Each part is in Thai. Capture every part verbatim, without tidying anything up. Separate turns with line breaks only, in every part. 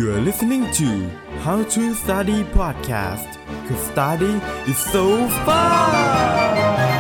You're listening to How to Study Podcast 'cause study is so fun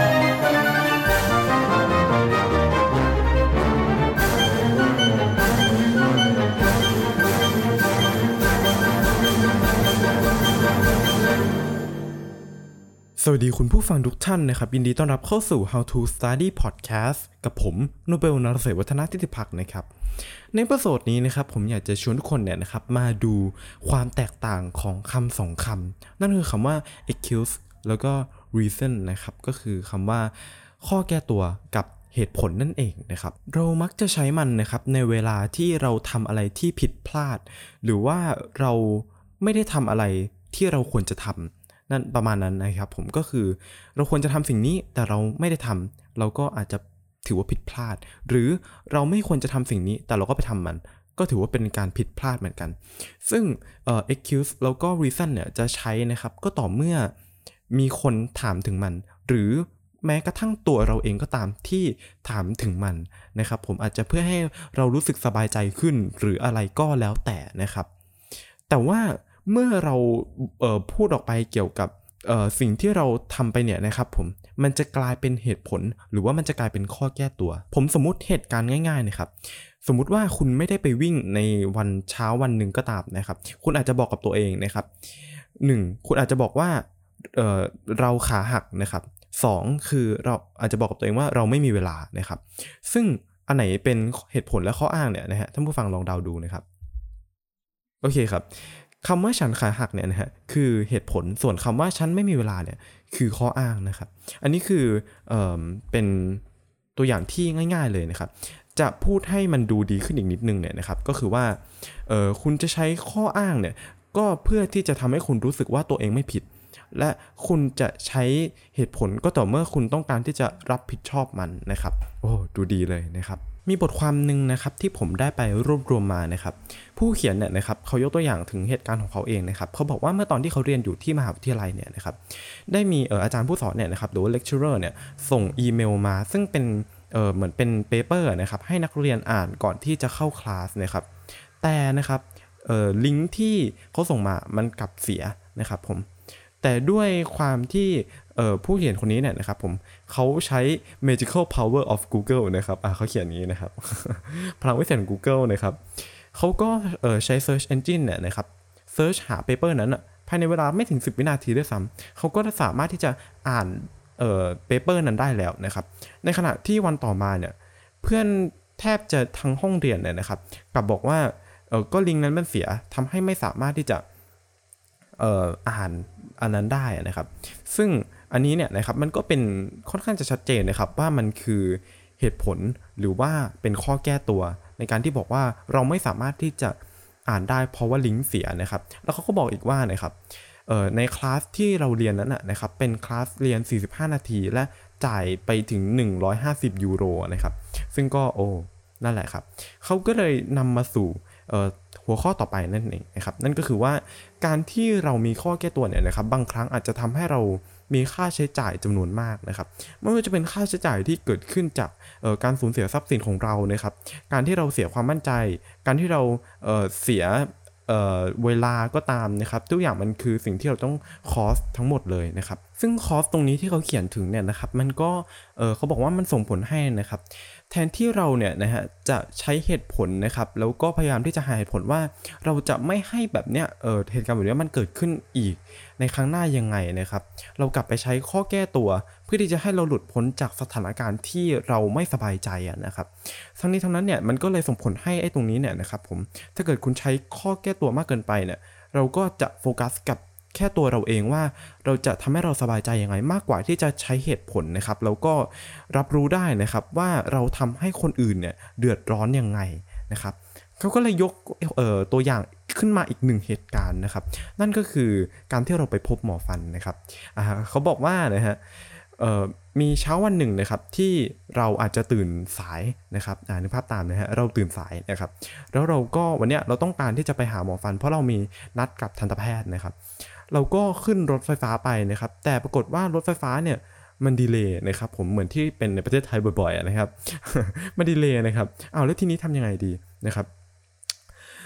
สวัสดีคุณผู้ฟังทุกท่านนะครับยินดีต้อนรับเข้าสู่ How to Study Podcast กับผมโนเบล นรเศรษฐ์วัฒนทิติภักดิ์นะครับในเอพิโซดนี้นะครับผมอยากจะชวนทุกคนเนี่ยนะครับมาดูความแตกต่างของคำสองคำนั่นคือคำว่า excuse แล้วก็ reason นะครับก็คือคำว่าข้อแก้ตัวกับเหตุผลนั่นเองนะครับเรามักจะใช้มันนะครับในเวลาที่เราทำอะไรที่ผิดพลาดหรือว่าเราไม่ได้ทำอะไรที่เราควรจะทำนั่นประมาณนั้นนะครับผมก็คือเราควรจะทำสิ่งนี้แต่เราไม่ได้ทำเราก็อาจจะถือว่าผิดพลาดหรือเราไม่ควรจะทำสิ่งนี้แต่เราก็ไปทำมันก็ถือว่าเป็นการผิดพลาดเหมือนกันซึ่งเอ่อ excuse แล้วก็ reason เนี่ยจะใช้นะครับก็ต่อเมื่อมีคนถามถึงมันหรือแม้กระทั่งตัวเราเองก็ตามที่ถามถึงมันนะครับผมอาจจะเพื่อให้เรารู้สึกสบายใจขึ้นหรืออะไรก็แล้วแต่นะครับแต่ว่าเมื่อเราเอ่อพูดออกไปเกี่ยวกับเอ่อสิ่งที่เราทำไปเนี่ยนะครับผมมันจะกลายเป็นเหตุผลหรือว่ามันจะกลายเป็นข้อแก้ตัวผมสมมุติเหตุการณ์ง่ายๆนะครับสมมุติว่าคุณไม่ได้ไปวิ่งในวันเช้าวันหนึ่งก็ตามนะครับคุณอาจจะบอกกับตัวเองนะครับหนึ่งคุณอาจจะบอกว่าเอ่อเราขาหักนะครับสองคือเราอาจจะบอกกับตัวเองว่าเราไม่มีเวลานะครับซึ่งอันไหนเป็นเหตุผลและข้ออ้างเนี่ยนะฮะท่านผู้ฟังลองเดาดูนะครับโอเคครับคำว่าฉันขาหักเนี่ยนะฮะคือเหตุผลส่วนคำว่าฉันไม่มีเวลาเนี่ยคือข้ออ้างนะครับอันนี้คือเอ่อเป็นตัวอย่างที่ง่ายๆเลยนะครับจะพูดให้มันดูดีขึ้นอีกนิดนึงเนี่ยนะครับก็คือว่าเอ่อคุณจะใช้ข้ออ้างเนี่ยก็เพื่อที่จะทำให้คุณรู้สึกว่าตัวเองไม่ผิดและคุณจะใช้เหตุผลก็ต่อเมื่อคุณต้องการที่จะรับผิดชอบมันนะครับโอ้ดูดีเลยนะครับมีบทความนึงนะครับที่ผมได้ไปรวบรวมมานะครับผู้เขียนเนี่ยนะครับเขายกตัวอย่างถึงเหตุการณ์ของเขาเองนะครับเขาบอกว่าเมื่อตอนที่เขาเรียนอยู่ที่มหาวิทยาลัยเนี่ยนะครับได้มีเอ่ออาจารย์ผู้สอนเนี่ยนะครับหรือว่าเลคเชอร์เนี่ยส่งอีเมลมาซึ่งเป็นเอ่อเหมือนเป็นเปเปอร์นะครับให้นักเรียนอ่านก่อนที่จะเข้าคลาสนะครับแต่นะครับเอ่อลิงก์ที่เขาส่งมามันกลับเสียนะครับผมแต่ด้วยความที่เอ่อผู้เขียนคนนี้เนี่ยนะครับผมเขาใช้ magical power of Google นะครับอ่ะเขาเขียนนี้นะครับ พลังวิเศษของ Google นะครับเขาก็เอ่อใช้ search engine เนี่ยนะครับ search หา paper นั้นอะภายในเวลาไม่ถึงสิบวินาทีด้วยซ้ำเขาก็สามารถที่จะอ่านเอ่อ paper นั้นได้แล้วนะครับในขณะที่วันต่อมาเนี่ยเพื่อนแทบจะทั้งห้องเรียนเนี่ยนะครับกลับบอกว่าเออก็ลิงก์นั้นมันเสียทำให้ไม่สามารถที่จะเอ่ออ่านอันนั้นได้นะครับซึ่งอันนี้เนี่ยนะครับมันก็เป็นค่อนข้างจะชัดเจนนะครับว่ามันคือเหตุผลหรือว่าเป็นข้อแก้ตัวในการที่บอกว่าเราไม่สามารถที่จะอ่านได้เพราะว่าลิงก์เสียนะครับแล้วเขาก็บอกอีกว่านะครับเอ่อในคลาสที่เราเรียนนั้นนะครับเป็นคลาสเรียนสี่สิบห้านาทีและจ่ายไปถึงหนึ่งร้อยห้าสิบยูโรนะครับซึ่งก็โอ้นั่นแหละครับเขาก็เลยนำมาสู่เอ่อหัวข้อต่อไปนั่นเองนะครับนั่นก็คือว่าการที่เรามีข้อแก้ตัวเนี่ยนะครับบางครั้งอาจจะทำให้เรามีค่าใช้จ่ายจำนวนมากนะครับไม่ว่าจะเป็นค่าใช้จ่ายที่เกิดขึ้นจากเอ่อการสูญเสียทรัพย์สินของเรานะครับการที่เราเสียความมั่นใจการที่เราเอ่อเสียเอ่อเวลาก็ตามนะครับทุกอย่างมันคือสิ่งที่เราต้องคอสทั้งหมดเลยนะครับซึ่งคอสตรงนี้ที่เขาเขียนถึงเนี่ยนะครับมันก็เอ่อเขาบอกว่ามันส่งผลให้นะครับแทนที่เราเนี่ยนะฮะจะใช้เหตุผลนะครับแล้วก็พยายามที่จะหาเหตุผลว่าเราจะไม่ให้แบบเนี้ยเอ่อเหตุการณ์แบบนี้มันเกิดขึ้นอีกในครั้งหน้ายังไงนะครับเรากลับไปใช้ข้อแก้ตัวเพื่อที่จะให้เราหลุดพ้นจากสถานการณ์ที่เราไม่สบายใจอ่ะนะครับทั้งนี้ทั้งนั้นเนี่ยมันก็เลยส่งผลให้ไอ้ตรงนี้เนี่ยนะครับผมถ้าเกิดคุณใช้ข้อแก้ตัวมากเกินไปเนี่ยเราก็จะโฟกัสกับแค่ตัวเราเองว่าเราจะทำให้เราสบายใจยังไงมากกว่าที่จะใช้เหตุผลนะครับแล้วก็รับรู้ได้นะครับว่าเราทำให้คนอื่นเนี่ยเดือดร้อนยังไงนะครับเขาก็เลยยกเอ่อตัวอย่างขึ้นมาอีกหนึ่งเหตุการณ์นะครับนั่นก็คือการที่เราไปพบหมอฟันนะครับอ่าเขาบอกว่านะฮะเอ่อมีเช้าวันหนึ่งนะครับที่เราอาจจะตื่นสายนะครับอ่านึกภาพตามนะฮะเราตื่นสายนะครับแล้วเราก็วันเนี้ยเราต้องการที่จะไปหาหมอฟันเพราะเรามีนัดกับทันตแพทย์นะครับเราก็ขึ้นรถไฟฟ้าไปนะครับแต่ปรากฏว่ารถไฟฟ้าเนี่ยมันดีเลย์นะครับผมเหมือนที่เป็นในประเทศไทยบ่อยๆนะครับ มันดีเลย์นะครับอ้าวแล้วทีนี้ทำยังไงดีนะครับ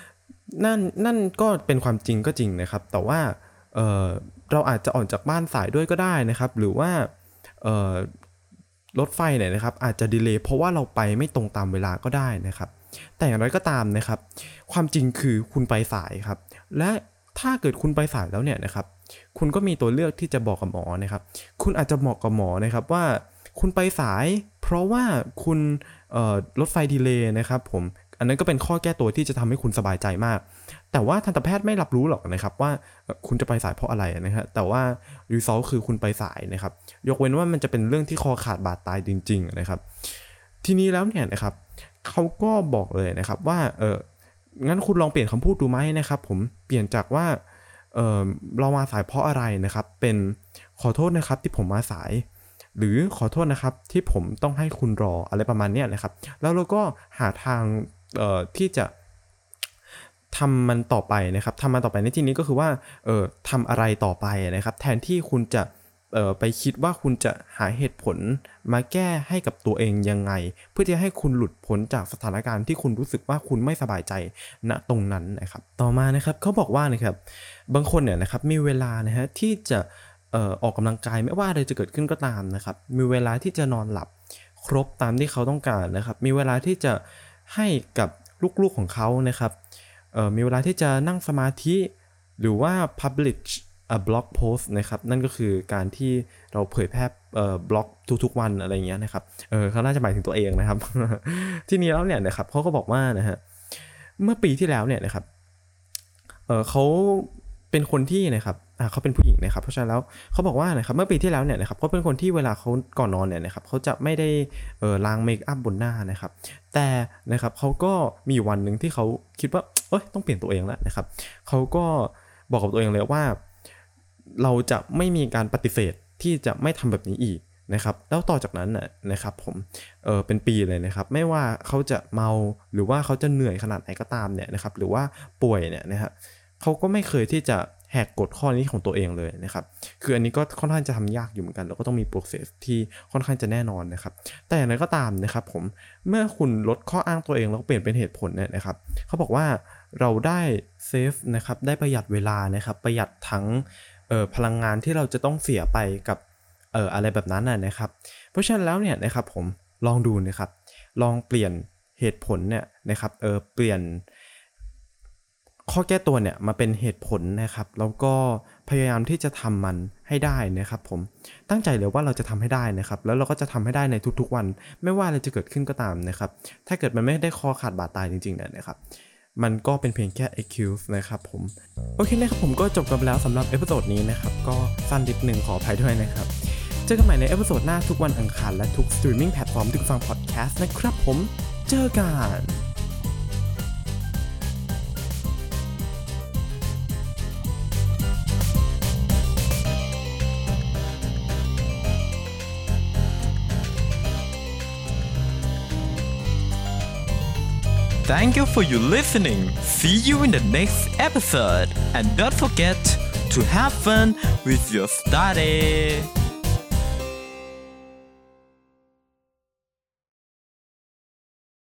นั่นนั่นก็เป็นความจริงก็จริงนะครับแต่ว่าเอ่อเราอาจจะออกจากบ้านสายด้วยก็ได้นะครับหรือว่าเอ่อรถไฟเนี่ยนะครับอาจจะดีเลย์เพราะว่าเราไปไม่ตรงตามเวลาก็ได้นะครับแต่อย่างไรก็ตามนะครับความจริงคือคุณไปสายครับและถ้าเกิดคุณไปสายแล้วเนี่ยนะครับคุณก็มีตัวเลือกที่จะบอกกับหมอนะครับคุณอาจจะบอกกับหมอนะครับว่าคุณไปสายเพราะว่าคุณเอ่อรถไฟดีเลย์นะครับผมอันนั้นก็เป็นข้อแก้ตัวที่จะทำให้คุณสบายใจมากแต่ว่าทันตแพทย์ไม่รับรู้หรอกนะครับว่าคุณจะไปสายเพราะอะไรนะฮะแต่ว่า result คือคุณไปสายนะครับยกเว้นว่ามันจะเป็นเรื่องที่คอขาดบาดตายจริงๆนะครับทีนี้แล้วเนี่ยนะครับเขาก็บอกเลยนะครับว่าเอองั้นคุณลองเปลี่ยนคำพูดดูไหมนะครับผมเปลี่ยนจากว่าเออเรามาสายเพราะอะไรนะครับเป็นขอโทษนะครับที่ผมมาสายหรือขอโทษนะครับที่ผมต้องให้คุณรออะไรประมาณนี้นะครับแล้วเราก็หาทางเอ่อที่จะทำมันต่อไปนะครับทำมันต่อไปในที่นี้ก็คือว่าเอ่อทำอะไรต่อไปนะครับแทนที่คุณจะเอ่อไปคิดว่าคุณจะหาเหตุผลมาแก้ให้กับตัวเองยังไงเพื่อที่ให้คุณหลุดพ้นจากสถานการณ์ที่คุณรู้สึกว่าคุณไม่สบายใจณตรงนั้นนะครับต่อมานะครับเขาบอกว่านะครับบางคนเนี่ยนะครับมีเวลานะฮะที่จะเอ่อออกกำลังกายไม่ว่าอะไรจะเกิดขึ้นก็ตามนะครับมีเวลาที่จะนอนหลับครบตามที่เขาต้องการนะครับมีเวลาที่จะให้กับลูกๆของเขานะครับเอ่อมีเวลาที่จะนั่งสมาธิหรือว่า publish a blog post นะครับนั่นก็คือการที่เราเผยแพร่เอ่อบล็อกทุกๆวันอะไรอย่างเงี้ยนะครับเออเขาน่าจะหมายถึงตัวเองนะครับ ทีนี้แล้วเนี่ยนะครับเขาก็บอกว่านะฮะเมื่อปีที่แล้วเนี่ยนะครับเออเขาเป็นคนที่นะครับอ่าเขาเป็นผู้หญิงนะครับเพราะฉะนั้นแล้วเขาบอกว่านะครับเมื่อปีที่แล้วเนี่ยนะครับเขาเป็นคนที่เวลาเขาก่อนนอนเนี่ยนะครับเขาจะไม่ได้เออล้างเมคอัพบนหน้านะครับแต่นะครับเขาก็มีวันนึงที่เขาคิดว่าเอ้ยต้องเปลี่ยนตัวเองแล้วนะครับเขาก็บอกกับตัวเองเลยว่าเราจะไม่มีการปฏิเสธที่จะไม่ทำแบบนี้อีกนะครับแล้วต่อจากนั้นน่ะนะครับผมเออเป็นปีเลยนะครับไม่ว่าเขาจะเมาหรือว่าเขาจะเหนื่อยขนาดไหนก็ตามเนี่ยนะครับหรือว่าป่วยเนี่ยนะครับเขาก็ไม่เคยที่จะแหกกฎข้อนี้ของตัวเองเลยนะครับคืออันนี้ก็ค่อนข้างจะทำยากอยู่เหมือนกันแล้วก็ต้องมี process ที่ค่อนข้างจะแน่นอนนะครับแต่อย่างไรก็ตามนะครับผมเมื่อคุณลดข้ออ้างตัวเองแล้วเปลี่ยนเป็นเหตุผลเนี่ยนะครับเขาบอกว่าเราได้เซฟนะครับได้ประหยัดเวลานะครับประหยัดทั้งเอ่อพลังงานที่เราจะต้องเสียไปกับเอ่ออะไรแบบนั้นน่ะนะครับเพราะฉะนั้นแล้วเนี่ยนะครับผมลองดูนะครับลองเปลี่ยนเหตุผลเนี่ยนะครับเออเปลี่ยนข้อแก้ตัวเนี่ยมาเป็นเหตุผลนะครับแล้วก็พยายามที่จะทำมันให้ได้นะครับผมตั้งใจเลยว่าเราจะทำให้ได้นะครับแล้วเราก็จะทำให้ได้ในทุกๆวันไม่ว่าอะไรจะเกิดขึ้นก็ตามนะครับถ้าเกิดมันไม่ได้คอขาดบาดตายจริงๆเนี่ยนะครับมันก็เป็นเพียงแค่ excuse นะครับผมโอเคนะครับผมก็จบกันไปแล้วสำหรับเอพิโซดนี้นะครับก็สั้นนิดนึงขออภัยด้วยนะครับเจอกันใหม่ในเอพิโซดหน้าทุกวันอังคารและทุกสตรีมมิ่งแพลตฟอร์มที่ฟังพอดแคสต์นะครับผมเจอกัน
Thank you for your listening. See you in the next episode. And don't forget to have fun with your study.